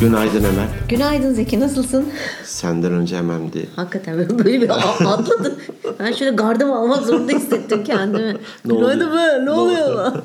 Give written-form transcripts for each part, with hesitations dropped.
Günaydın Emel. Günaydın Zeki, nasılsın? Senden önce hemen de. Hakikaten böyle bir atladın. Ben şöyle gardımı almak zorunda hissettim kendimi. Günaydın be, ne oluyor?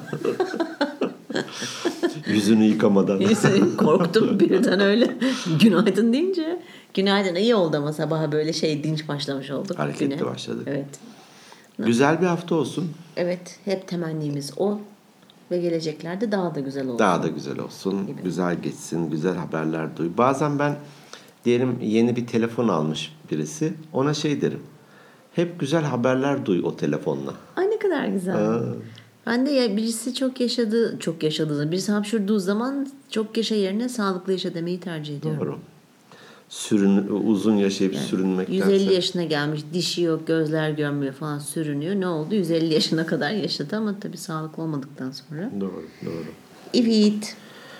Yüzünü yıkamadan. Korktum birden öyle. Günaydın deyince. Günaydın, iyi oldu ama sabaha böyle dinç başlamış olduk. Hareketli güne. başladık. Evet. Güzel bir hafta olsun. Evet, hep temennimiz o. Ve geleceklerde daha da güzel olsun. Daha da güzel olsun. Gibi. Güzel geçsin. Güzel haberler duy. Bazen ben diyelim yeni bir telefon almış birisi. Ona derim. Hep güzel haberler duy o telefonla. Ay ne kadar güzel. Ben de birisi birisi hapşurduğu zaman çok yaşa yerine sağlıklı yaşa demeyi tercih ediyorum. Doğru. Uzun yaşayıp sürünmektense. 150 yaşına gelmiş, dişi yok, gözler görmüyor falan, sürünüyor. Ne oldu? 150 yaşına kadar yaşadı ama tabii sağlıklı olmadıktan sonra. Doğru. Evet.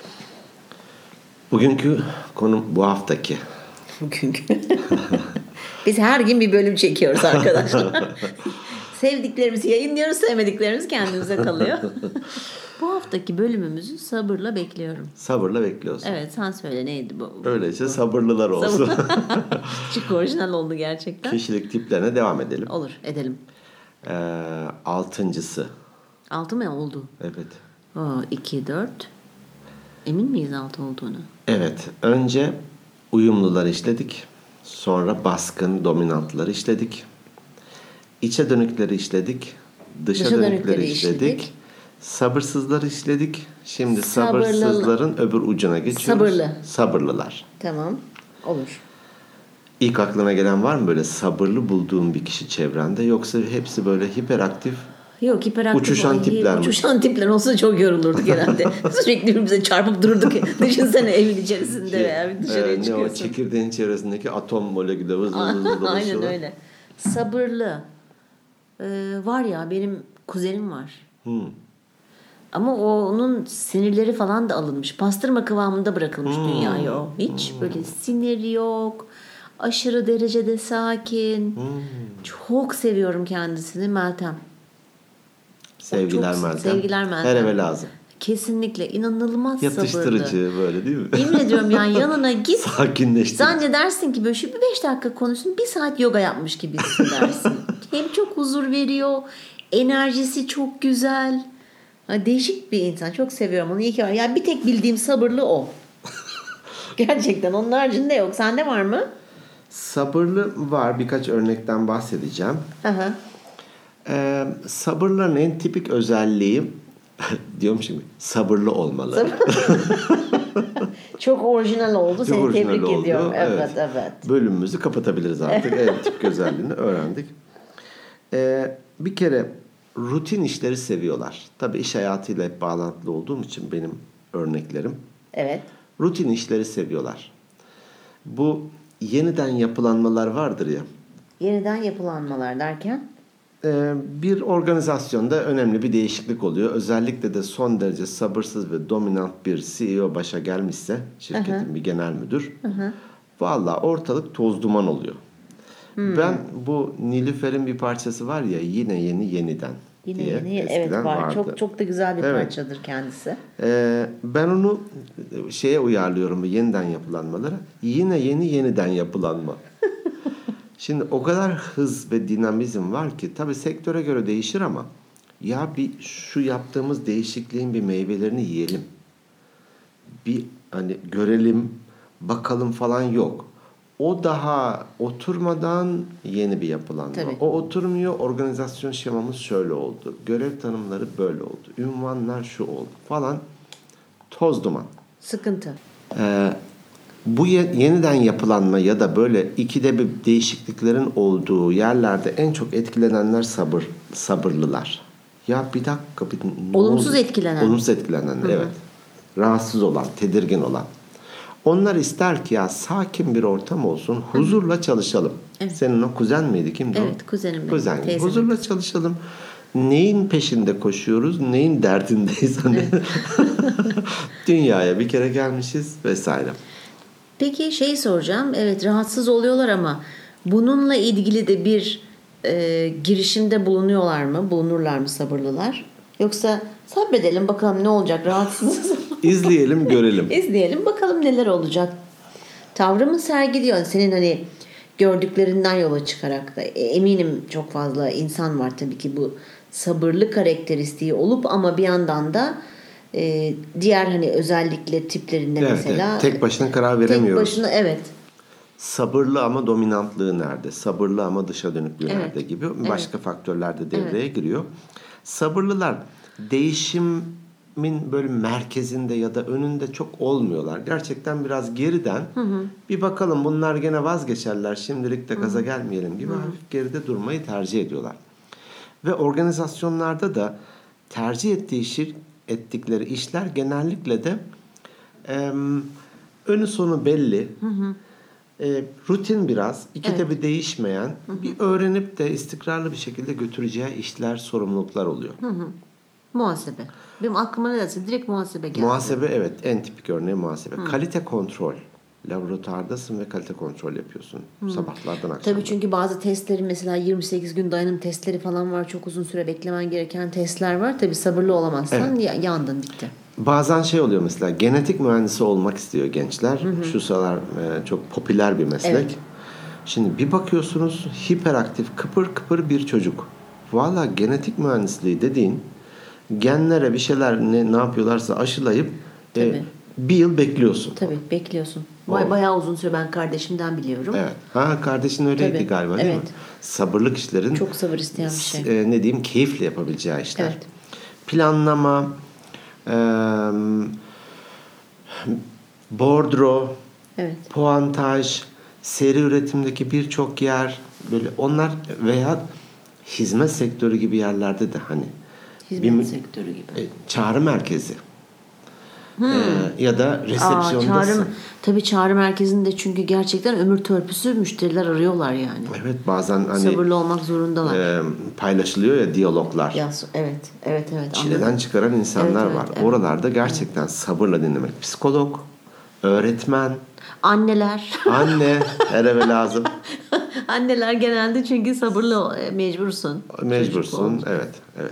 Bugünkü konu bu haftaki. Bugünkü. Biz her gün bir bölüm çekiyoruz arkadaşlar. Sevdiklerimizi yayınlıyoruz, sevmediklerimiz kendimize kalıyor. Bu haftaki bölümümüzü sabırla bekliyorum. Sabırla bekliyorsun. Evet, sen söyle neydi bu? Öyleyse sabırlılar olsun. Çok orijinal oldu gerçekten. Kişilik tiplerine devam edelim. Olur, edelim. Altıncısı. 6 mı oldu? Evet. 2, 4. Emin miyiz 6 olduğunu? Evet. Önce uyumlular işledik. Sonra baskın, dominantları işledik. İçe dönükleri işledik. Dışa dönükleri işledik. Sabırsızları işledik. Şimdi sabırsızların öbür ucuna geçiyoruz. Sabırlılar. Tamam. Olur. İlk aklına gelen var mı böyle sabırlı bulduğun bir kişi çevrende? Yoksa hepsi böyle hiperaktif? Yok, hiperaktif. Uçuşan tipler mi? Uçuşan tipler olsa çok yorulurduk herhalde. Sürekli birbirimize çarpıp dururduk. Düşünsene evin içerisinde veya bir dışarıya çıkıyorsun. Ne o çekirdeğin çevresindeki atom molekülü hızlı dolaşıyorlar. Aynen öyle. Sabırlı. Var ya, benim kuzenim var. Ama onun sinirleri falan da alınmış. Pastırma kıvamında bırakılmış dünyaya o. Hiç böyle sinir yok. Aşırı derecede sakin. Çok seviyorum kendisini, Meltem. Sevgiler Meltem. Sevgiler Meltem. Her eve lazım. Kesinlikle. İnanılmaz yatıştırıcı sabırlı. böyle değil mi? Yemin ediyorum yani yanına git. Sakinleştirici. Zannedersin ki böyle şu bir 5 dakika konuşsun, 1 saat yoga yapmış gibi hissedersin. Hem çok huzur veriyor. Enerjisi çok güzel. Değişik bir insan. Çok seviyorum onu. İyi ki var. Yani bir tek bildiğim sabırlı o. Gerçekten. Onun haricinde yok. Sende var mı? Sabırlı var. Birkaç örnekten bahsedeceğim. Aha. Sabırların en tipik özelliği diyorum şimdi sabırlı olmalı. Çok orijinal oldu. Seni orijinal tebrik oldu. ediyorum. Evet. Bölümümüzü kapatabiliriz artık. En tipik özelliğini öğrendik. Bir kere rutin işleri seviyorlar. Tabii iş hayatıyla hep bağlantılı olduğum için benim örneklerim. Evet. Rutin işleri seviyorlar. Bu yeniden yapılanmalar vardır ya. Yeniden yapılanmalar derken? Bir organizasyonda önemli bir değişiklik oluyor. Özellikle de son derece sabırsız ve dominant bir CEO başa gelmişse, şirketin bir genel müdür. Vallahi ortalık toz duman oluyor. Ben bu Nilüfer'in bir parçası var ya, yine yeni yeniden. Yine yeni, evet var. Vardı. Çok da güzel bir parçadır kendisi. Ben onu uyarlıyorum, yeniden yapılanmalara. Yine yeni yeniden yapılanma. Şimdi o kadar hız ve dinamizm var ki tabii sektöre göre değişir ama ya şu yaptığımız değişikliğin bir meyvelerini yiyelim. Bir görelim, bakalım falan yok. O daha oturmadan yeni bir yapılanma. Tabii. O oturmuyor, organizasyon şemamız şöyle oldu. Görev tanımları böyle oldu. Ünvanlar şu oldu falan. Toz duman. Sıkıntı. Bu yeniden yapılanma ya da böyle ikide bir değişikliklerin olduğu yerlerde en çok etkilenenler sabırlılar. Ya bir dakika. Olumsuz etkilenenler. Olumsuz etkilenenler, evet. Rahatsız olan, tedirgin olan. Onlar ister ki ya sakin bir ortam olsun, huzurla çalışalım. Evet. Senin o kuzen miydi? Kimdi o? Evet, kuzenim benim. Kuzen. Huzurla çalışalım. Neyin peşinde koşuyoruz? Neyin derdindeyiz? Dünyaya bir kere gelmişiz vesaire. Peki soracağım. Evet, rahatsız oluyorlar ama bununla ilgili de bir girişimde bulunurlar mı sabırlılar? Yoksa sabredelim bakalım ne olacak, rahatsız. İzleyelim, görelim. İzleyelim bakalım bakalım neler olacak. Tavrımı sergiliyor. Senin hani gördüklerinden yola çıkarak da eminim çok fazla insan var tabii ki bu sabırlı karakteristiği olup ama bir yandan da diğer hani özellikle tiplerinde mesela evet. Tek başına karar veremiyoruz. Tek başına evet. Sabırlı ama dominantlığı nerede? Sabırlı ama dışa dönüklüğü nerede gibi başka faktörler de devreye giriyor. Sabırlılar değişimin böyle merkezinde ya da önünde çok olmuyorlar. Gerçekten biraz geriden bir bakalım bunlar gene vazgeçerler. Şimdilik de gaza gelmeyelim gibi hafif geride durmayı tercih ediyorlar. Ve organizasyonlarda da tercih ettikleri işler genellikle de önü sonu belli. Rutin biraz, ikide bir değişmeyen, bir öğrenip de istikrarlı bir şekilde götüreceği işler, sorumluluklar oluyor. Muhasebe. Benim aklıma nedense direkt muhasebe geldi. Muhasebe evet, en tipik örneği muhasebe. Kalite kontrol. Laboratuvardasın ve kalite kontrol yapıyorsun. Sabahlardan akşama. Tabii çünkü bazı testleri mesela 28 gün dayanım testleri falan var. Çok uzun süre beklemen gereken testler var. Tabii sabırlı olamazsan yandın bitti. Bazen şey oluyor mesela genetik mühendisi olmak istiyor gençler. Şu sıralar çok popüler bir meslek. Evet. Şimdi bir bakıyorsunuz hiperaktif kıpır kıpır bir çocuk. Valla genetik mühendisliği dediğin genlere bir şeyler ne yapıyorlarsa aşılayıp bir yıl bekliyorsun. Tabii bekliyorsun. Bayağı uzun süre ben kardeşimden biliyorum. Evet. Kardeşin öyleydi galiba değil mi? Sabırlık işlerin. Çok sabır isteyen bir şey. Ne diyeyim keyifle yapabileceği işler. Evet. Planlama, bordro, puantaj, seri üretimdeki birçok yer böyle onlar veya hizmet sektörü gibi yerlerde de hani hizmet sektörü gibi. Çağrı merkezi. Ya da resepsiyondasın. Tabii çağrı merkezinde çünkü gerçekten ömür törpüsü müşteriler arıyorlar yani. Evet bazen hani sabırlı olmak zorundalar. Paylaşılıyor ya diyaloglar. Evet. Çileden anladım. çıkaran insanlar var. Evet. Oralarda gerçekten sabırla dinlemek. Psikolog, öğretmen, anneler. Anne her eve lazım. Anneler genelde çünkü sabırlı mecbursun. Mecbursun evet.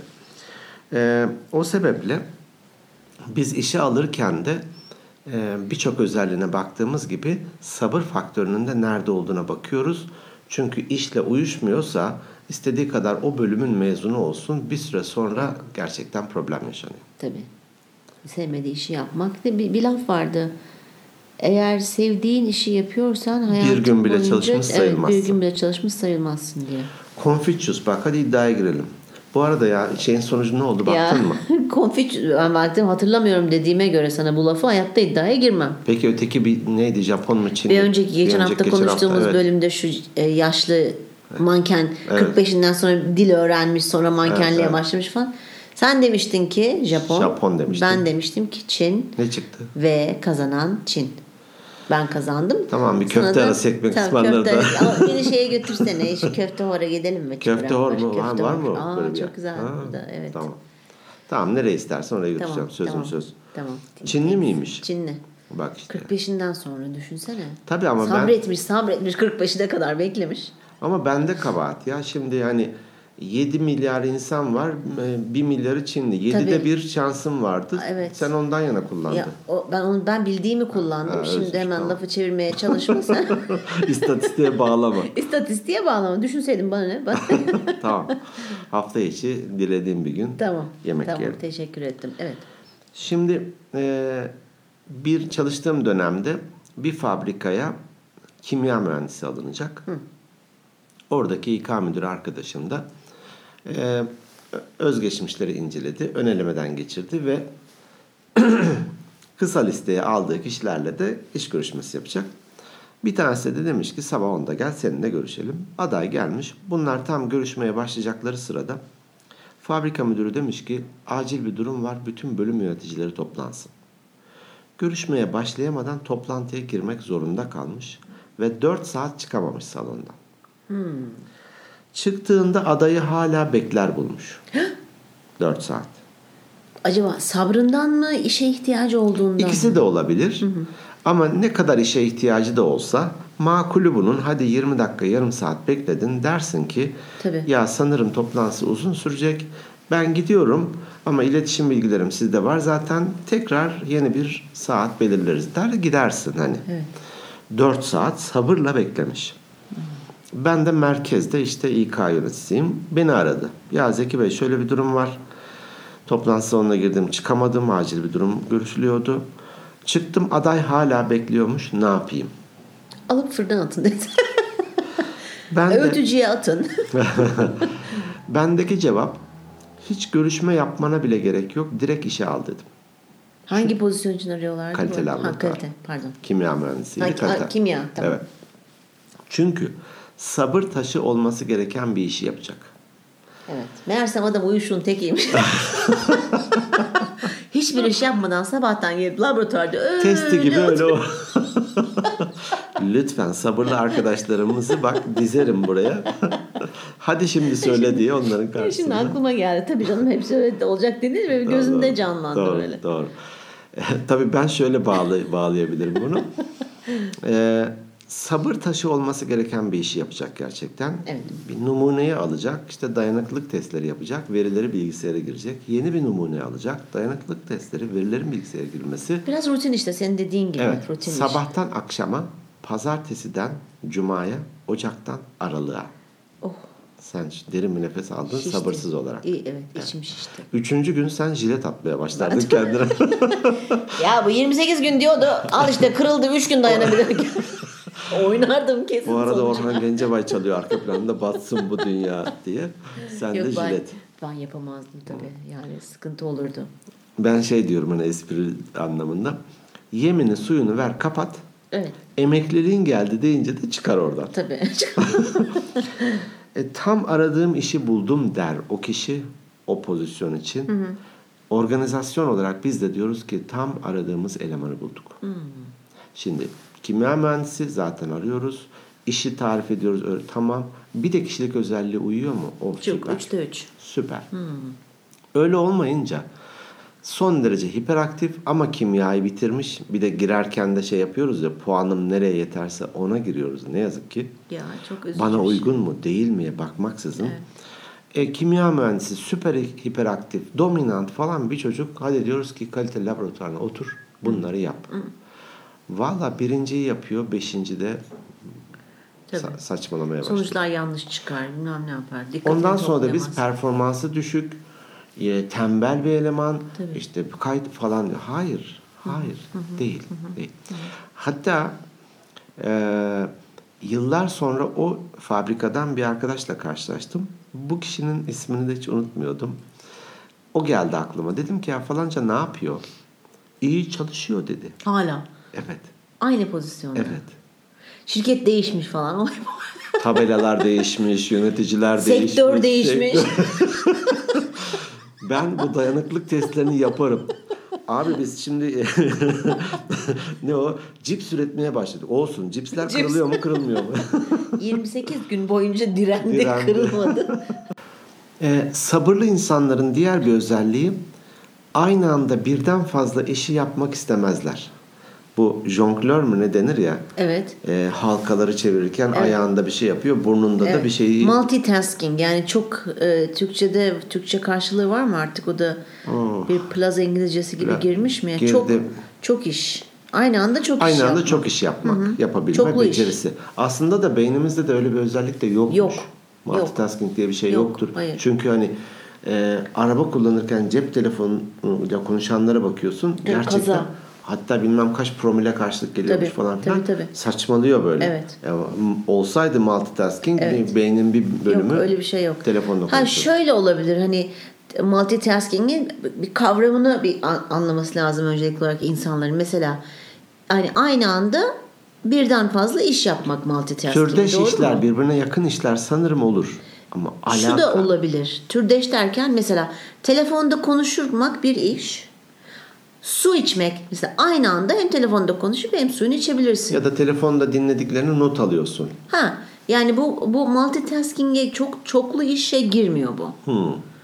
O sebeple biz işe alırken de birçok özelliğine baktığımız gibi sabır faktörünün de nerede olduğuna bakıyoruz. Çünkü işle uyuşmuyorsa istediği kadar o bölümün mezunu olsun bir süre sonra gerçekten problem yaşanıyor. Tabii. Sevmediği işi yapmak. Bir laf vardı. Eğer sevdiğin işi yapıyorsan hayatın bir gün bile boyunca, çalışmış sayılmazsın. Bir gün bile çalışmış sayılmazsın diye. Confucius bak hadi iddiaya girelim. Bu arada ya şeyin sonucu ne oldu baktın mı? Confucius ben baktım hatırlamıyorum dediğime göre sana bu lafı hayatta iddiaya girmem. Peki öteki bir neydi Japon mu Çin mi? Geçen hafta konuştuğumuz bölümde şu yaşlı manken 45'inden sonra dil öğrenmiş sonra mankenliğe başlamış falan. Sen demiştin ki Japon demiştin. Ben demiştim ki Çin. Ne çıktı? Ve kazanan Çin. Ben kazandım. Tamam bir köfte arası ekmek ısmarları da. Beni şeye götürsene. Şu köfte hora gidelim mi? Köfte hor mu? Var mı? Çok güzel burada. Evet. Tamam nereye istersen oraya götüreceğim. Söz. Tamam. Çinli miymiş? Çinli. Bak işte. 45'inden sonra düşünsene. Tabii ama sabretmiş 45'ine kadar beklemiş. Ama bende kabahat ya. Şimdi yani 7 milyar insan var. 1 milyarı Çinli. 7'de bir şansım vardı. Evet. Sen ondan yana kullandın. Ben bildiğimi kullandım. Şimdi hemen lafı çevirmeye çalışma sen. İstatistiğe bağlama. İstatistiğe bağlama. Düşünseydin bana ne? Tamam. Hafta içi dilediğim bir gün yemek yiyelim. Tamam. Teşekkür ettim. Evet. Şimdi bir çalıştığım dönemde bir fabrikaya kimya mühendisi alınacak. Oradaki İK müdürü arkadaşım da özgeçmişleri inceledi. Ön elemeden geçirdi ve kısa listeye aldığı kişilerle de iş görüşmesi yapacak. Bir tanesi de demiş ki sabah 10'da gel seninle görüşelim. Aday gelmiş. Bunlar tam görüşmeye başlayacakları sırada fabrika müdürü demiş ki acil bir durum var. Bütün bölüm yöneticileri toplansın. Görüşmeye başlayamadan toplantıya girmek zorunda kalmış ve 4 saat çıkamamış salondan. Çıktığında adayı hala bekler bulmuş. 4 saat. Acaba sabrından mı işe ihtiyacı olduğundan İkisi mı? de olabilir. Ama ne kadar işe ihtiyacı da olsa makulü bunun hadi 20 dakika yarım saat bekledin dersin ki ya sanırım toplantısı uzun sürecek. Ben gidiyorum ama iletişim bilgilerim sizde var. Zaten tekrar yeni bir saat belirleriz der gidersin hani. Evet. 4 saat sabırla beklemiş. Ben de merkezde işte İK yöneticisiyim. Beni aradı. Ya Zeki Bey şöyle bir durum var. Toplantı salonuna girdim çıkamadım. Acil bir durum görüşülüyordu. Çıktım aday hala bekliyormuş. Ne yapayım? Alıp fırdan atın dedi. Ben de, Öğütücüye atın. bendeki cevap hiç görüşme yapmana bile gerek yok. Direkt işe al dedim. Hangi pozisyon için arıyorlardı? Kaliteli Ha, laboratuvar. kalite, pardon. Kimya mühendisiydi. Kalite. Kimya, tamam. Evet. Çünkü sabır taşı olması gereken bir işi yapacak. Evet. Meğersem adam uyuşun tekiymiş. Hiçbir iş yapmadan sabahtan gelip laboratuvarda Testi gibi öyle o. Lütfen sabırlı arkadaşlarımızı bak dizerim buraya. Hadi şimdi söyle diye onların karşısında. Şimdi aklıma geldi. Tabii canım hepsi öyle olacak dediniz ve gözümde canlandı doğru, böyle. Doğru. Tabii ben şöyle bağlayabilirim bunu. Sabır taşı olması gereken bir işi yapacak gerçekten. Evet. Bir numuneyi alacak, işte dayanıklılık testleri yapacak, verileri bilgisayara girecek. Yeni bir numune alacak, dayanıklılık testleri, verilerin bilgisayara girmesi. Biraz rutin işte senin dediğin gibi. Evet, Rutin iş. sabahtan akşama, pazartesiden cumaya, ocaktan aralığa. Oh. Sen derin bir nefes aldın Şişti. sabırsız olarak. İyi, evet, içim şişti. 3. gün sen jilet atmaya başlardın kendine. Ya bu 28 gün diyordu. Al işte kırıldı 3 gün dayanabilir. Oynardım kesin. Bu arada sonucunda. Orhan Gencebay çalıyor arka planda batsın bu dünya diye. Sen de Yok, jilet. ben yapamazdım tabii. Yani sıkıntı olurdu. Ben şey diyorum hani espri anlamında. Yemini suyunu ver kapat. Evet. Emekliliğin geldi deyince de çıkar oradan. Tabii. Tam aradığım işi buldum der o kişi o pozisyon için. Hı. Organizasyon olarak biz de diyoruz ki tam aradığımız elemanı bulduk. Hı. Şimdi kimya mühendisi zaten arıyoruz. İşi tarif ediyoruz. Öyle, tamam. Bir de kişilik özelliği uyuyor mu? O süper. 3'te 3. Süper. Öyle olmayınca son derece hiperaktif ama kimyayı bitirmiş. Bir de girerken de şey yapıyoruz ya puanım nereye yeterse ona giriyoruz. Ne yazık ki. Ya çok üzücü. Bana uygun mu değil miye bakmaksızın. Evet. Kimya mühendisi süper hiperaktif, dominant falan bir çocuk. Hadi diyoruz ki kalite laboratuvarına otur. Bunları yap. Valla birinciyi yapıyor. 5'de saçmalamaya başlıyor. Sonuçlar yanlış çıkar. Bilmem ne yapar. Ondan sonra da biz performansı düşük, tembel bir eleman, Tabii. işte kayıt falan. Hayır. Değil. Hatta yıllar sonra o fabrikadan bir arkadaşla karşılaştım. Bu kişinin ismini de hiç unutmuyordum. O geldi aklıma. Dedim ki ya falanca ne yapıyor? İyi çalışıyor dedi. Hala. Evet. Aynı pozisyonda. Evet. Şirket değişmiş falan. Tabelalar değişmiş, yöneticiler değişmiş. Sektör değişmiş. Ben bu dayanıklılık testlerini yaparım. Abi biz şimdi ne o? Cips üretmeye başladık. Olsun. Cipsler kırılıyor mu, kırılmıyor mu? 28 gün boyunca direndi. Kırılmadı. Sabırlı insanların diğer bir özelliği aynı anda birden fazla işi yapmak istemezler. Bu jonglör mü ne denir ya? Evet. Halkaları çevirirken ayağında bir şey yapıyor, burnunda da bir şeyi... Multitasking yani çok Türkçe karşılığı var mı artık o da bir plaza İngilizcesi gibi girmiş mi? Girdi. Çok iş. Aynı anda çok iş Aynı anda yapmak. çok iş yapmak, yapabilme Çoklu becerisi. iş. Aslında da beynimizde de öyle bir özellik de yokmuş. Yok. Multitasking diye bir şey Yok, yoktur. hayır. Çünkü hani araba kullanırken cep telefonuyla konuşanlara bakıyorsun. Gerçekten kaza. hatta bilmem kaç promile karşılık geliyormuş falan filan. Tabii. Saçmalıyor böyle. Evet. Olsaydı multitasking beynin bir bölümü yok, öyle bir şey yok. telefonla konuşuyor. Şöyle olabilir hani multitasking'in bir kavramını bir anlaması lazım öncelikli olarak insanların. Mesela hani aynı anda birden fazla iş yapmak multitasking. Türdeş doğru işler, mu? birbirine yakın işler sanırım olur. Ama Şu da olabilir. Türdeş derken mesela telefonda konuşmak bir iş. Su içmek mesela aynı anda hem telefonda konuşup hem suyunu içebilirsin. Ya da telefonda dinlediklerini not alıyorsun. Yani bu multitasking'e çoklu işe girmiyor bu.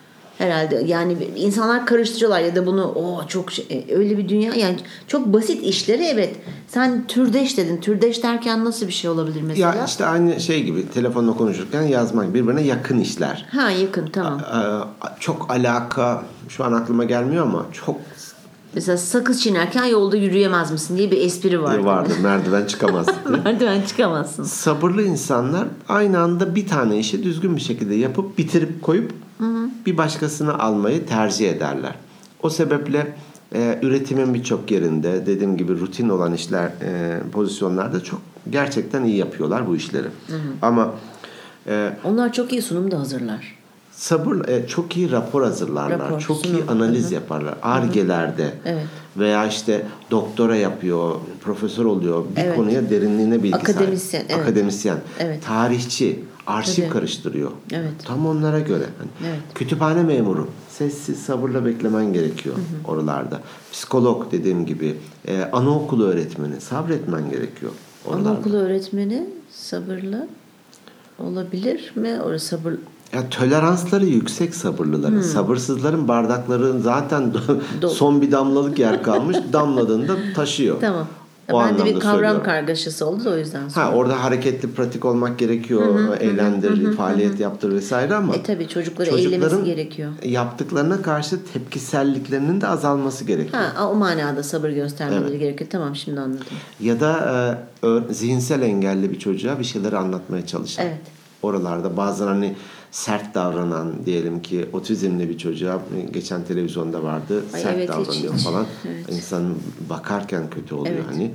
Herhalde yani insanlar karıştırıyorlar ya da bunu çok öyle bir dünya yani çok basit işleri evet. Sen türdeş dedin. Türdeş derken nasıl bir şey olabilir mesela? Ya işte aynı şey gibi telefonla konuşurken yazmak birbirine yakın işler. Ha yakın tamam. Çok alaka şu an aklıma gelmiyor ama çok mesela sakız çiğnerken yolda yürüyemez misin diye bir espri vardı. Vardı. Merdiven çıkamazsın diye. Merdiven çıkamazsın. Sabırlı insanlar aynı anda bir tane işi düzgün bir şekilde yapıp bitirip koyup bir başkasını almayı tercih ederler. O sebeple üretimin birçok yerinde dediğim gibi rutin olan işler pozisyonlarda çok gerçekten iyi yapıyorlar bu işleri. Ama onlar çok iyi sunum da hazırlar. Sabır çok iyi rapor hazırlarlar. Çok iyi analiz yaparlar. Ar-Ge'lerde veya işte doktora yapıyor, profesör oluyor. Bir konuya derinliğine bilgi akademisyen, sahip. Akademisyen. Tarihçi, arşiv karıştırıyor. Tam onlara göre. Kütüphane memuru. Sessiz, sabırla beklemen gerekiyor oralarda. Psikolog dediğim gibi. Anaokulu öğretmeni. Sabretmen gerekiyor oralarda. Anaokulu öğretmeni sabırlı olabilir mi? Orası sabır. Ya toleransları yüksek sabırlıların. Sabırsızların bardakları zaten son bir damlalık yer kalmış. Damladığında taşıyor. Tamam. Ben de bir kavram kargaşası oldu da o yüzden sonra. Orada hareketli, pratik olmak gerekiyor. Eğlendirici, faaliyet yaptır vesaire ama tabii çocukları eğlemesi gerekiyor. Yaptıklarına karşı tepkiselliklerinin de azalması gerekiyor. O manada sabır göstermeleri gerekiyor. Tamam şimdi anladım. Ya da zihinsel engelli bir çocuğa bir şeyleri anlatmaya çalışan. Evet. Oralarda bazen hani sert davranan diyelim ki otizmli bir çocuğa geçen televizyonda vardı sert davranıyor falan. İnsan bakarken kötü oluyor hani.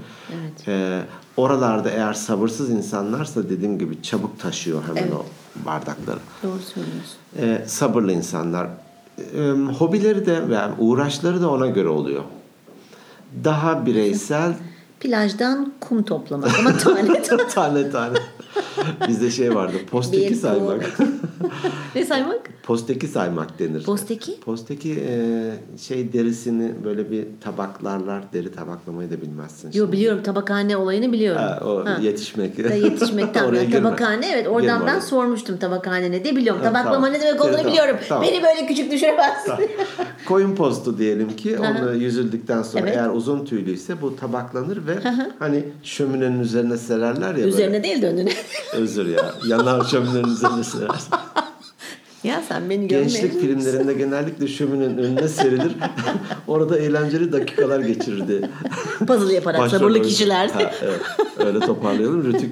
Oralarda eğer sabırsız insanlarsa dediğim gibi çabuk taşıyor hemen o bardakları. Doğru söylüyorsun. Sabırlı insanlar. Hobileri de yani uğraşları da ona göre oluyor. Daha bireysel. Plajdan kum toplamak ama tane. tane. Bizde şey vardı. Posteki saymak. Ne saymak? Posteki saymak denir. Posteki? Posteki derisini böyle bir tabaklarlar. Deri tabaklamayı da bilmezsin. Yo biliyorum. Tabakhane olayını biliyorum. Yetişmek. Yetişmekten. Tabakhane Oradan ben sormuştum tabakhane ne diye biliyorum. Tabaklama ne demek olduğunu biliyorum. Tamam. Beni böyle küçük düşüremezsin. Tamam. Koyun postu diyelim ki onu yüzüldükten sonra eğer uzun tüylüyse bu tabaklanır ve hani şöminenin üzerine sererler ya. Üzerine böyle. Değil de önüne. Özür ya. Yanar şöminenin üzerine serersin. Ya sen beni görmeyin. Gençlik filmlerinde genellikle şöminenin önüne serilir. Orada eğlenceli dakikalar geçirirdi. Puzzle yaparak sabırlı kişiler. Evet. Öyle toparlayalım. Rütük.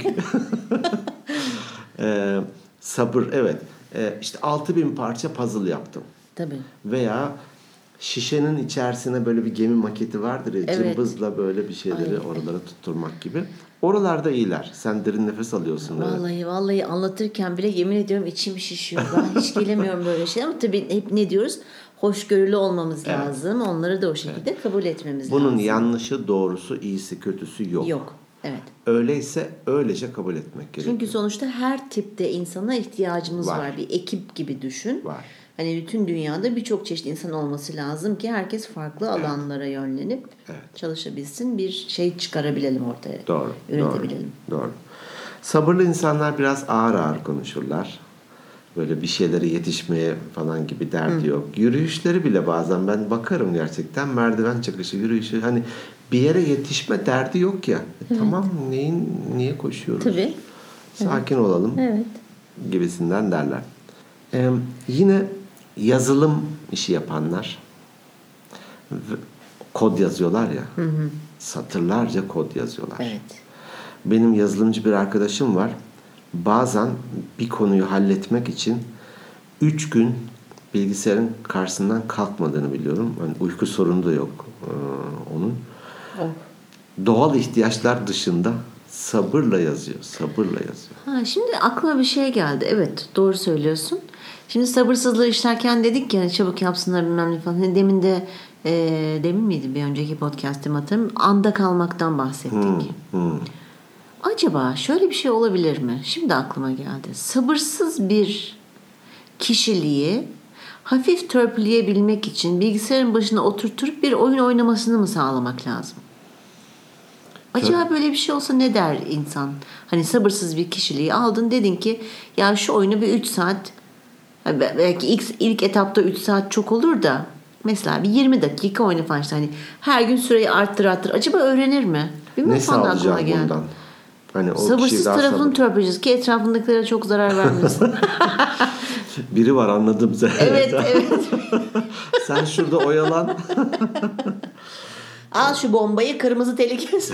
Sabır evet. İşte 6000 parça puzzle yaptım. Tabii. Veya şişenin içerisine böyle bir gemi maketi vardır ya. Cımbızla böyle bir şeyleri oralara tutturmak gibi. Oralarda iyiler. Sen derin nefes alıyorsun. Vallahi anlatırken bile yemin ediyorum içim şişiyor. Ben hiç gelemiyorum böyle şey ama tabii hep ne diyoruz? Hoşgörülü olmamız lazım. Onları da o şekilde kabul etmemiz lazım. Bunun yanlışı, doğrusu, iyisi, kötüsü yok. Yok. Evet. Öyleyse öylece kabul etmek gerekiyor. Çünkü sonuçta her tipte insana ihtiyacımız var. Bir ekip gibi düşün. Var. Hani bütün dünyada birçok çeşit insan olması lazım ki herkes farklı alanlara yönlenip çalışabilsin. Bir şey çıkarabilelim ortaya. Doğru. Üretebilelim. Doğru. Sabırlı insanlar biraz ağır konuşurlar. Böyle bir şeylere yetişmeye falan gibi derdi yok. Yürüyüşleri bile bazen ben bakarım gerçekten merdiven çıkışı, yürüyüşü hani bir yere yetişme derdi yok ya. Tamam niye koşuyoruz? Tabii. Sakin olalım. Gibisinden derler. Yine yazılım işi yapanlar kod yazıyorlar ya. Satırlarca kod yazıyorlar. Evet. Benim yazılımcı bir arkadaşım var. Bazen bir konuyu halletmek için 3 gün bilgisayarın karşısından kalkmadığını biliyorum. Yani uyku sorunu da yok onun. Doğal ihtiyaçlar dışında sabırla yazıyor. Şimdi aklıma bir şey geldi. Evet, doğru söylüyorsun. Şimdi sabırsızlığı işlerken dedik ya çabuk yapsınlar bilmem ne falan. Demin miydi bir önceki podcast'im hatırlıyorum. Anda kalmaktan bahsettik. Acaba şöyle bir şey olabilir mi? Şimdi aklıma geldi. Sabırsız bir kişiliği hafif törpüleyebilmek için bilgisayarın başına oturtup bir oyun oynamasını mı sağlamak lazım? Acaba böyle bir şey olsa ne der insan? Hani sabırsız bir kişiliği aldın dedin ki ya şu oyunu bir 3 saat Belki ilk etapta 3 saat çok olur da mesela bir 20 dakika oyna falan işte. Hani her gün süreyi arttır. Acaba öğrenir mi? Ne sağlayacağım bundan? Hani o sabırsız tarafını törpüleyeceğiz ki etrafındakilere çok zarar vermesin. Biri var, anladım sen. Evet. Sen şurada oyalan. Al şu bombayı, kırmızı teli kes.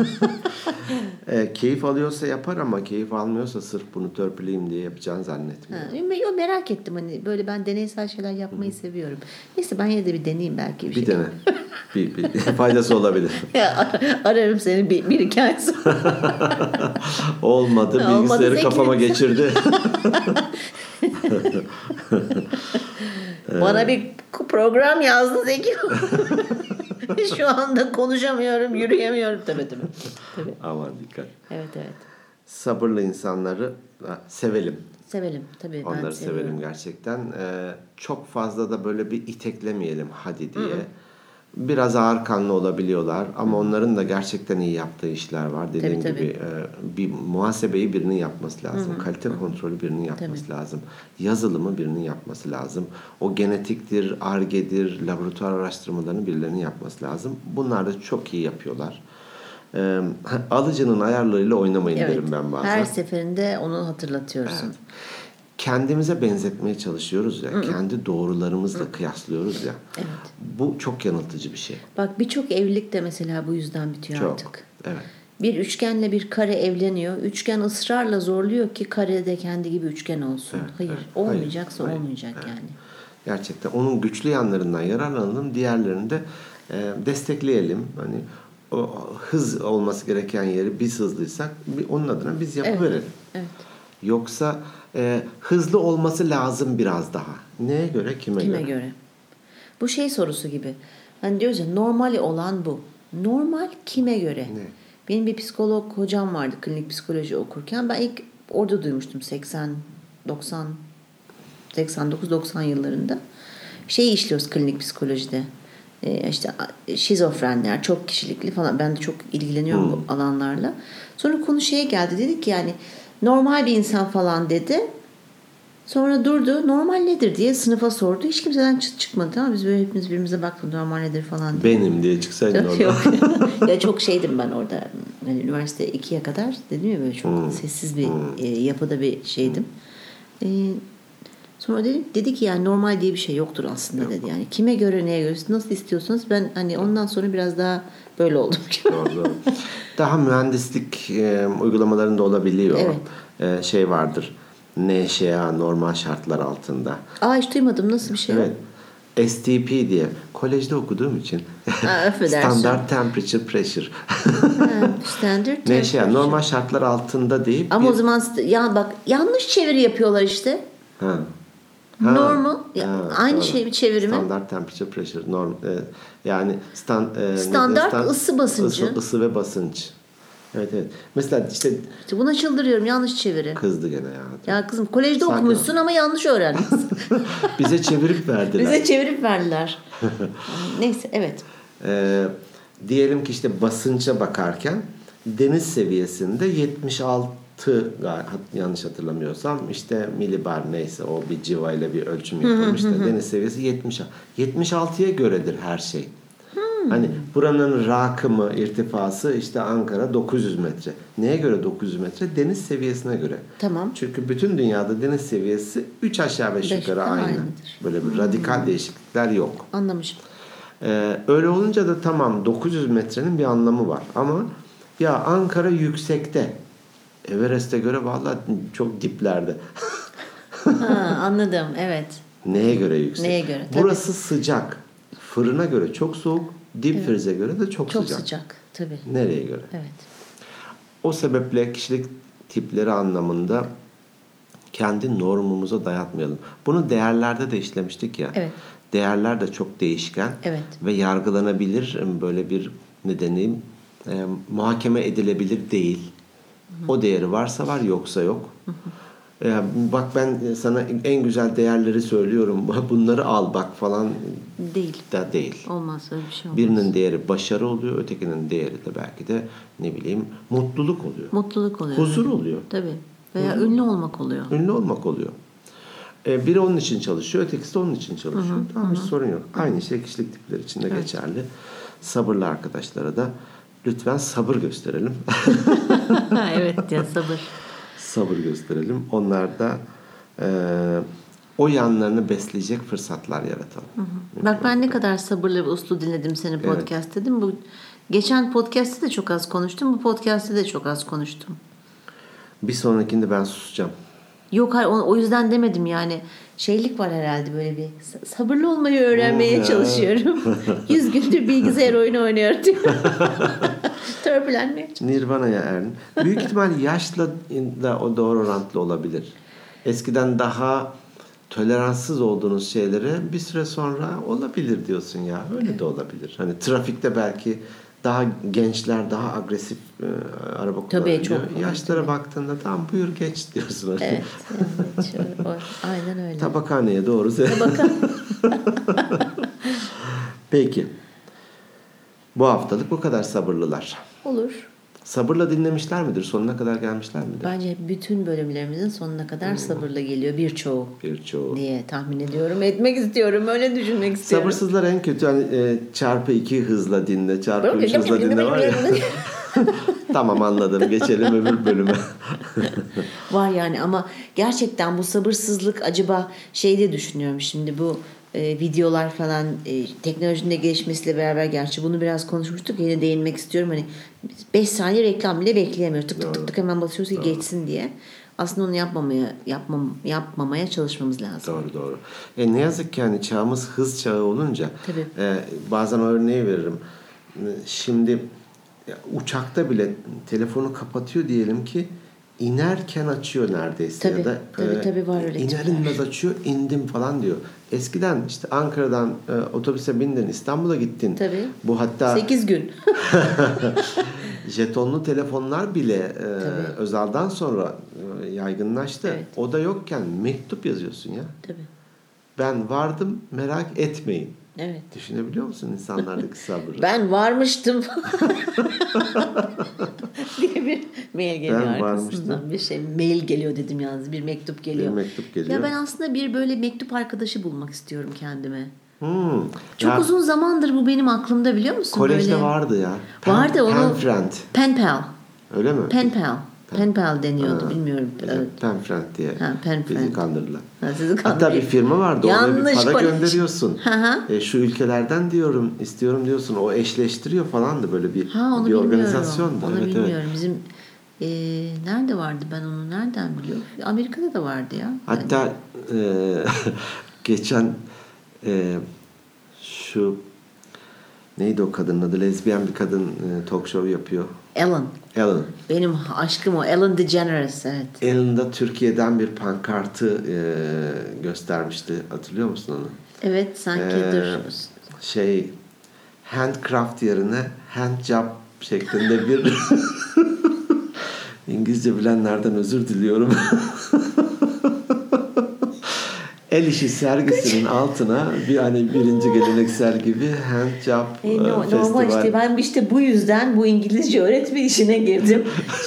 Keyif alıyorsa yapar ama keyif almıyorsa sırf bunu törpüleyeyim diye yapacağını zannetmiyorum. Yo, merak ettim hani böyle ben deneysel şeyler yapmayı seviyorum. Neyse ben yine de bir deneyeyim belki bir şey. dene. bir faydası olabilir. Ararım seni bir iki ay sonra. Olmadı. Bilgisayarı kafama geçirdi. Bana bir program yazdı Zeki. Şu anda konuşamıyorum, yürüyemiyorum. Tabii. Aman dikkat. Evet. Sabırlı insanları sevelim. Sevelim tabii. Onları sevelim gerçekten. Çok fazla da böyle bir iteklemeyelim hadi diye. Biraz ağır kanlı olabiliyorlar ama onların da gerçekten iyi yaptığı işler var. Dediğim gibi bir muhasebeyi birinin yapması lazım. Kalite kontrolü birinin yapması lazım. Yazılımı birinin yapması lazım. O genetiktir, Ar-Ge'dir, laboratuvar araştırmalarını birilerinin yapması lazım. Bunlar da çok iyi yapıyorlar. Alıcının ayarlarıyla oynamayın derim ben bazen. Her seferinde onu hatırlatıyorsun. Evet. Kendimize benzetmeye çalışıyoruz ya. Kendi doğrularımızla kıyaslıyoruz ya. Evet. Bu çok yanıltıcı bir şey. Bak birçok evlilik de mesela bu yüzden bitiyor çok. artık. Evet. Bir üçgenle bir kare evleniyor. Üçgen ısrarla zorluyor ki kare de kendi gibi üçgen olsun. Hayır. Olmayacaksa olmayacak yani. Gerçekten onun güçlü yanlarından yararlanalım. Diğerlerini de destekleyelim. Hani o hız olması gereken yeri biz hızlıysak onun adına biz yapıverelim. Evet. Yoksa hızlı olması lazım biraz daha. Neye göre? Kime göre? Bu şey sorusu gibi. Hani diyoruz ya normal olan bu. Normal kime göre? Ne? Benim bir psikolog hocam vardı klinik psikoloji okurken. Ben ilk orada duymuştum 89-90 yıllarında. Şeyi işliyoruz klinik psikolojide. İşte şizofrenler, çok kişilikli falan. Ben de çok ilgileniyorum bu alanlarla. Sonra konu şeye geldi. Dedik ki yani normal bir insan falan dedi. Sonra durdu. Normal nedir diye sınıfa sordu. Hiç kimseden çıkmadı. Tamam, biz böyle hepimiz birbirimize baktık. Normal nedir falan diye. Benim diye çıksaydın orada. Yok. Ya çok şeydim ben orada. Yani üniversite 2'ye kadar dedim ya böyle çok sessiz bir yapıda bir şeydim. Sonra dedi ki yani normal diye bir şey yoktur aslında dedi. Yani kime göre neye göre nasıl istiyorsanız ben hani ondan sonra biraz daha böyle oldum. Doğru. Daha mühendislik uygulamalarında olabiliyor. Evet. Şey vardır. NŞA normal şartlar altında. Hiç duymadım. Nasıl bir şey? Evet. STP diye. Kolejde okuduğum için. Standard Temperature Pressure. Standard Temperature. NŞA normal şartlar altında deyip. Ama o zaman ya bak yanlış çeviri yapıyorlar işte. Normal. Aynı şey çevirimi. Standard Temperature Pressure. Yani standart ısı basıncı. Isı ve basınç. Evet. Mesela işte buna çıldırıyorum. Yanlış çeviri. Kızdı gene ya. Ya kızım kolejde okumuşsun ama yanlış öğrenmişsin. Bize çevirip verdiler. Neyse evet. Diyelim ki işte basınça bakarken deniz seviyesinde 76 yanlış hatırlamıyorsam işte milibar neyse o bir civayla bir ölçüm yapılmış da deniz seviyesi 76'ya göredir her şey. Hani buranın rakımı, irtifası işte Ankara 900 metre. Neye göre 900 metre? Deniz seviyesine göre. Tamam. Çünkü bütün dünyada deniz seviyesi 3 aşağı 5 yukarı aynı. Böyle bir radikal değişiklikler yok. Anlamışım. Öyle olunca da tamam 900 metrenin bir anlamı var. Ama ya Ankara yüksekte. Everest'e göre vallahi çok diplerde. Anladım evet. Neye göre yüksek? Neye göre? Burası sıcak. Fırına göre çok soğuk. Dip frize göre de çok sıcak. Çok sıcak tabii. Nereye göre? Evet. O sebeple kişilik tipleri anlamında kendi normumuza dayatmayalım. Bunu değerlerde de işlemiştik ya. Evet. Değerler de çok değişken ve yargılanabilir böyle bir muhakeme edilebilir değil. O değeri varsa var yoksa yok. Bak ben sana en güzel değerleri söylüyorum. Bunları al bak falan değil. Olmaz öyle bir şey olmaz. Birinin değeri başarı oluyor. Ötekinin değeri de belki de mutluluk oluyor. Mutluluk oluyor. Huzur oluyor. Tabii. Veya ünlü olmak oluyor. Ünlü olmak oluyor. Biri onun için çalışıyor, ötekisi de onun için çalışıyor. Tamam, hiç sorun yok. Aynı şey kişilik tipleri için de geçerli. Sabırlı arkadaşlara da lütfen sabır gösterelim. Evet ya, sabır. Sabır gösterelim. Onlar da o yanlarını besleyecek fırsatlar yaratalım. Bak ben ne kadar sabırlı ve uslu dinledim seni podcast dedim. Bu geçen podcast'te de çok az konuştum. Bu podcast'te de çok az konuştum. Bir sonrakinde ben susacağım. Yok hayır, o yüzden demedim yani. Şeylik var herhalde, böyle bir sabırlı olmayı öğrenmeye çalışıyorum. 100 gündür bilgisayar oyunu oynuyorum diyor. Törpülenmeye. Nirvana'ya erdin. Büyük ihtimal yaşla da o doğru orantılı olabilir. Eskiden daha toleranssız olduğunuz şeylere bir süre sonra olabilir diyorsun ya. Öyle de olabilir. Hani trafikte belki daha gençler daha agresif araba kullanıyor. Çok. Yaşlara baktığında tamam buyur geç diyorsun. Evet. Şöyle, aynen öyle. Tabakhaneye doğru. Peki. Bu haftalık bu kadar sabırlılar. Olur. Sabırla dinlemişler midir? Sonuna kadar gelmişler midir? Bence bütün bölümlerimizin sonuna kadar sabırla geliyor. Birçoğu diye tahmin ediyorum. Etmek istiyorum. Öyle düşünmek istiyorum. Sabırsızlar en kötü. Hani çarpı 2 hızla dinle. Çarpı 3 hızla dinle var ya. Tamam anladım. Geçelim öbür bölüme. Var yani, ama gerçekten bu sabırsızlık acaba şeyde düşünüyorum şimdi, bu videolar falan teknolojinin de gelişmesiyle beraber, gerçi bunu biraz konuşmuştuk, yine değinmek istiyorum. Hani 5 saniye reklam bile bekleyemiyoruz. Tık tık tık hemen basıyoruz ki geçsin diye. Aslında onu yapmamaya çalışmamız lazım. Doğru. Ne yazık ki hani çağımız hız çağı olunca bazen o örneği veririm. Şimdi uçakta bile telefonu kapatıyor diyelim ki, inerken açıyor neredeyse. Tabii, ya da tabii var öyle. İner inmez açıyor, indim falan diyor. Eskiden işte Ankara'dan otobüse bindin, İstanbul'a gittin. Tabii. Bu hatta 8 gün. jetonlu telefonlar bile Özal'dan sonra yaygınlaştı. Evet. O da yokken mektup yazıyorsun ya. Tabii. Ben vardım, merak etmeyin. Evet. Düşünebiliyor musun insanlardaki sabrı? Ben varmıştım diye bir mail geliyor Ben arkasından. varmıştım. Bir şey mail geliyor dedim yalnız. Bir mektup geliyor. Bir mektup geliyor. Ya ben aslında bir böyle mektup arkadaşı bulmak istiyorum kendime. Ya, Çok uzun zamandır bu benim aklımda, biliyor musun? Kolejde böyle vardı ya. Vardı onu. Pen friend. Pen pal. Öyle mi? Pen pal deniyordu, bilmiyorum. Evet. Pen friend diye. Pen Bizi friend. kandırdılar. Sizi Hatta bir firma vardı. Oraya bir para kolej. gönderiyorsun. Şu ülkelerden istiyorum diyorsun. O eşleştiriyor falan da böyle bir organizasyondu. Onu evet, bilmiyorum. Bizim nerede vardı, ben onu nereden biliyorum? Amerika'da da vardı ya. Hatta geçen şu neydi o kadının adı? Lezbiyen bir kadın talk show yapıyor. Ellen. Ellen. Benim aşkım o. Ellen DeGeneres. Evet. Ellen'da Türkiye'den bir pankartı göstermişti. Hatırlıyor musun onu? Evet sanki handcraft yerine handjob şeklinde bir İngilizce bilenlerden özür diliyorum. El işi sergisinin altına bir hani birinci geleneksel gibi handjob festival. Normal işte, ben işte bu yüzden bu İngilizce öğretme işine girdim.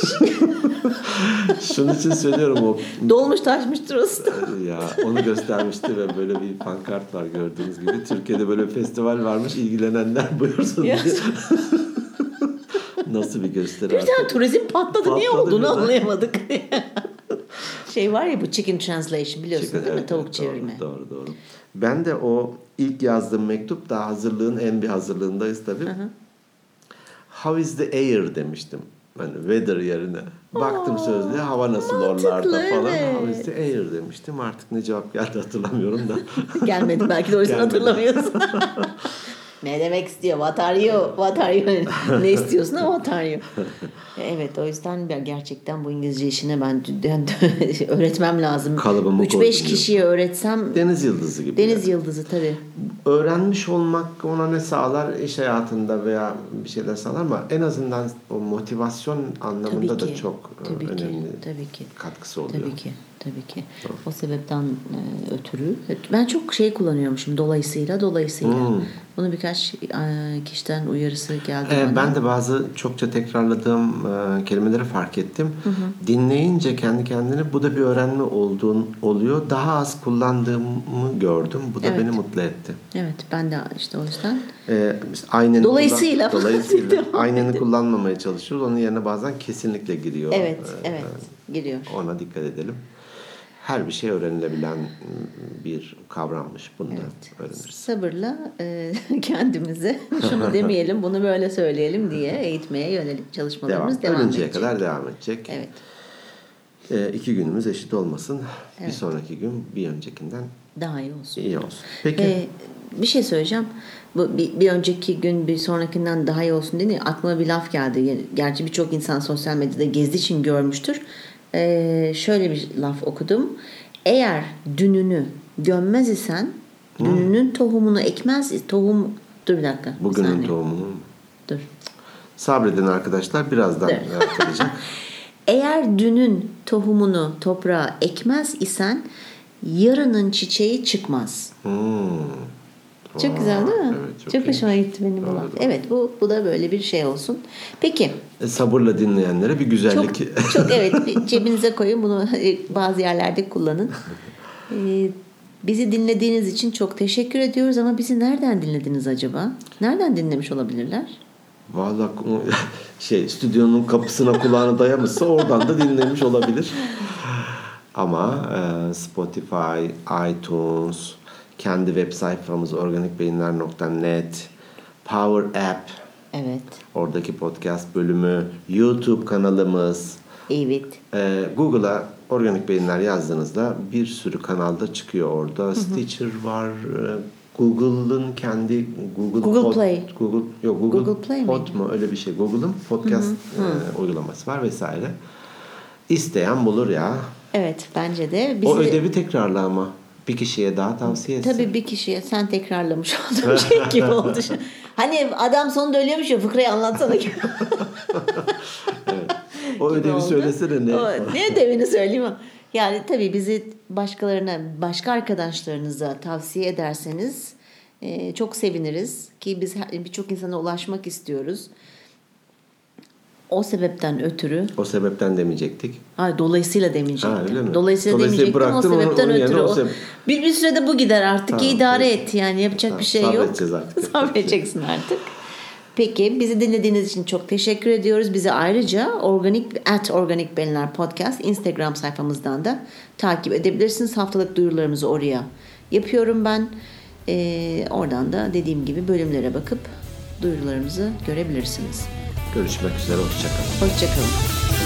Şunun için söylüyorum, o dolmuş taşmıştır usta. ya onu göstermişti ve böyle bir pankart var gördüğünüz gibi. Türkiye'de böyle bir festival varmış, ilgilenenler buyursun diye. Nasıl bir gösteri Bir tane turizm patladı niye olduğunu birden. Anlayamadık. Var ya, bu chicken translation biliyorsun değil mi? Tavuk çevirme. Doğru. Ben de o ilk yazdığım mektup, daha hazırlığın en bir hazırlığındayız tabii. How is the air demiştim. Yani weather yerine. Baktım sözlüğe, hava nasıl oralarda falan. Evet. How is the air demiştim. Artık ne cevap geldi hatırlamıyorum da. Gelmedi belki de, o yüzden hatırlamıyorsun. Ne demek istiyor? What are you? Ne istiyorsun ama what are you? Evet, o yüzden gerçekten bu İngilizce işine ben öğretmem lazım. 3-5 kişiye öğretsem. Deniz yıldızı gibi. Yıldızı tabii. Öğrenmiş olmak ona ne sağlar? İş hayatında veya bir şeyler sağlar ama en azından o motivasyon anlamında da çok önemli tabii ki. katkısı oluyor. Tabii ki. tabii ki. O sebepten ötürü. Ben çok şey kullanıyormuşum dolayısıyla. Bunu birkaç kişiden uyarısı geldi bana. Ben de bazı çokça tekrarladığım kelimeleri fark ettim. Dinleyince kendi kendine bu da bir öğrenme oluyor. Daha az kullandığımı gördüm. Bu da beni mutlu etti. Evet, ben de işte o yüzden. Dolayısıyla aynını kullanmamaya çalışıyoruz. Onun yerine bazen kesinlikle giriyor. Evet, giriyor. Ona dikkat edelim. Her bir şey öğrenilebilen bir kavrammış. Bunu da öğreniriz. Sabırla kendimizi şunu demeyelim, bunu böyle söyleyelim diye eğitmeye yönelik çalışmalarımız devam edecek. Ölünceye kadar devam edecek. Evet. 2 günümüz eşit olmasın. Bir sonraki gün bir öncekinden daha iyi olsun. İyi olsun. Peki. Bir şey söyleyeceğim. Bu bir önceki gün bir sonrakinden daha iyi olsun dedi. Aklıma bir laf geldi. Gerçi birçok insan sosyal medyada gezdiği için görmüştür. Şöyle bir laf okudum. Eğer dününü gömmez isen dününün tohumunu ekmez. Dur bir dakika. Bugünün tohumunu. Dur. Sabredin arkadaşlar. Birazdan hatırlayacak. Eğer dünün tohumunu toprağa ekmez isen yarının çiçeği çıkmaz. Çok güzel değil mi? Evet, çok hoşuma gitti benim bu laf. Evet, bu da böyle bir şey olsun. Peki. Sabırla dinleyenlere bir güzellik. Çok evet, cebinize koyun, bunu bazı yerlerde kullanın. Bizi dinlediğiniz için çok teşekkür ediyoruz ama bizi nereden dinlediniz acaba? Nereden dinlemiş olabilirler? Vallahi stüdyonun kapısına kulağını dayamışsa oradan da dinlemiş olabilir. Ama Spotify, iTunes, kendi web sayfamız organikbeyinler.net, Power App, evet, oradaki podcast bölümü, YouTube kanalımız, evet, Google'a Organik Beyinler yazdığınızda bir sürü kanalda çıkıyor orada. Stitcher var, Google'ın kendi Google Play. Google Play Pod mu öyle bir şey. Google'ın podcast uygulaması var vesaire. İsteyen bulur ya. Evet, bence de. O ödevi tekrarla ama. Bir kişiye daha tavsiye etsin. Tabii bir kişiye sen tekrarlamış olduğun şey gibi oldu. Hani adam sonunda ölüyormuş ya, fıkrayı anlatsana gibi. Evet. O ödevi oldu. Söylesene ne? Ne ödevini söyleyeyim mi? Yani tabii bizi başkalarına, başka arkadaşlarınıza tavsiye ederseniz çok seviniriz. Ki biz birçok insana ulaşmak istiyoruz. O sebepten demeyecektik. Dolayısıyla demeyecektim. Öyle mi? Dolayısıyla demeyecektim, o sebepten ötürü. Bir süre bu gider artık. İdare et yani, yapacak bir şey yok. Sabredeceksin artık. Peki, bizi dinlediğiniz için çok teşekkür ediyoruz. Bizi ayrıca @organikbeyinler podcast Instagram sayfamızdan da takip edebilirsiniz. Haftalık duyurularımızı oraya yapıyorum ben. Oradan da dediğim gibi bölümlere bakıp duyurularımızı görebilirsiniz. Görüşmek üzere. Hoşçakalın. Hoşçakalın.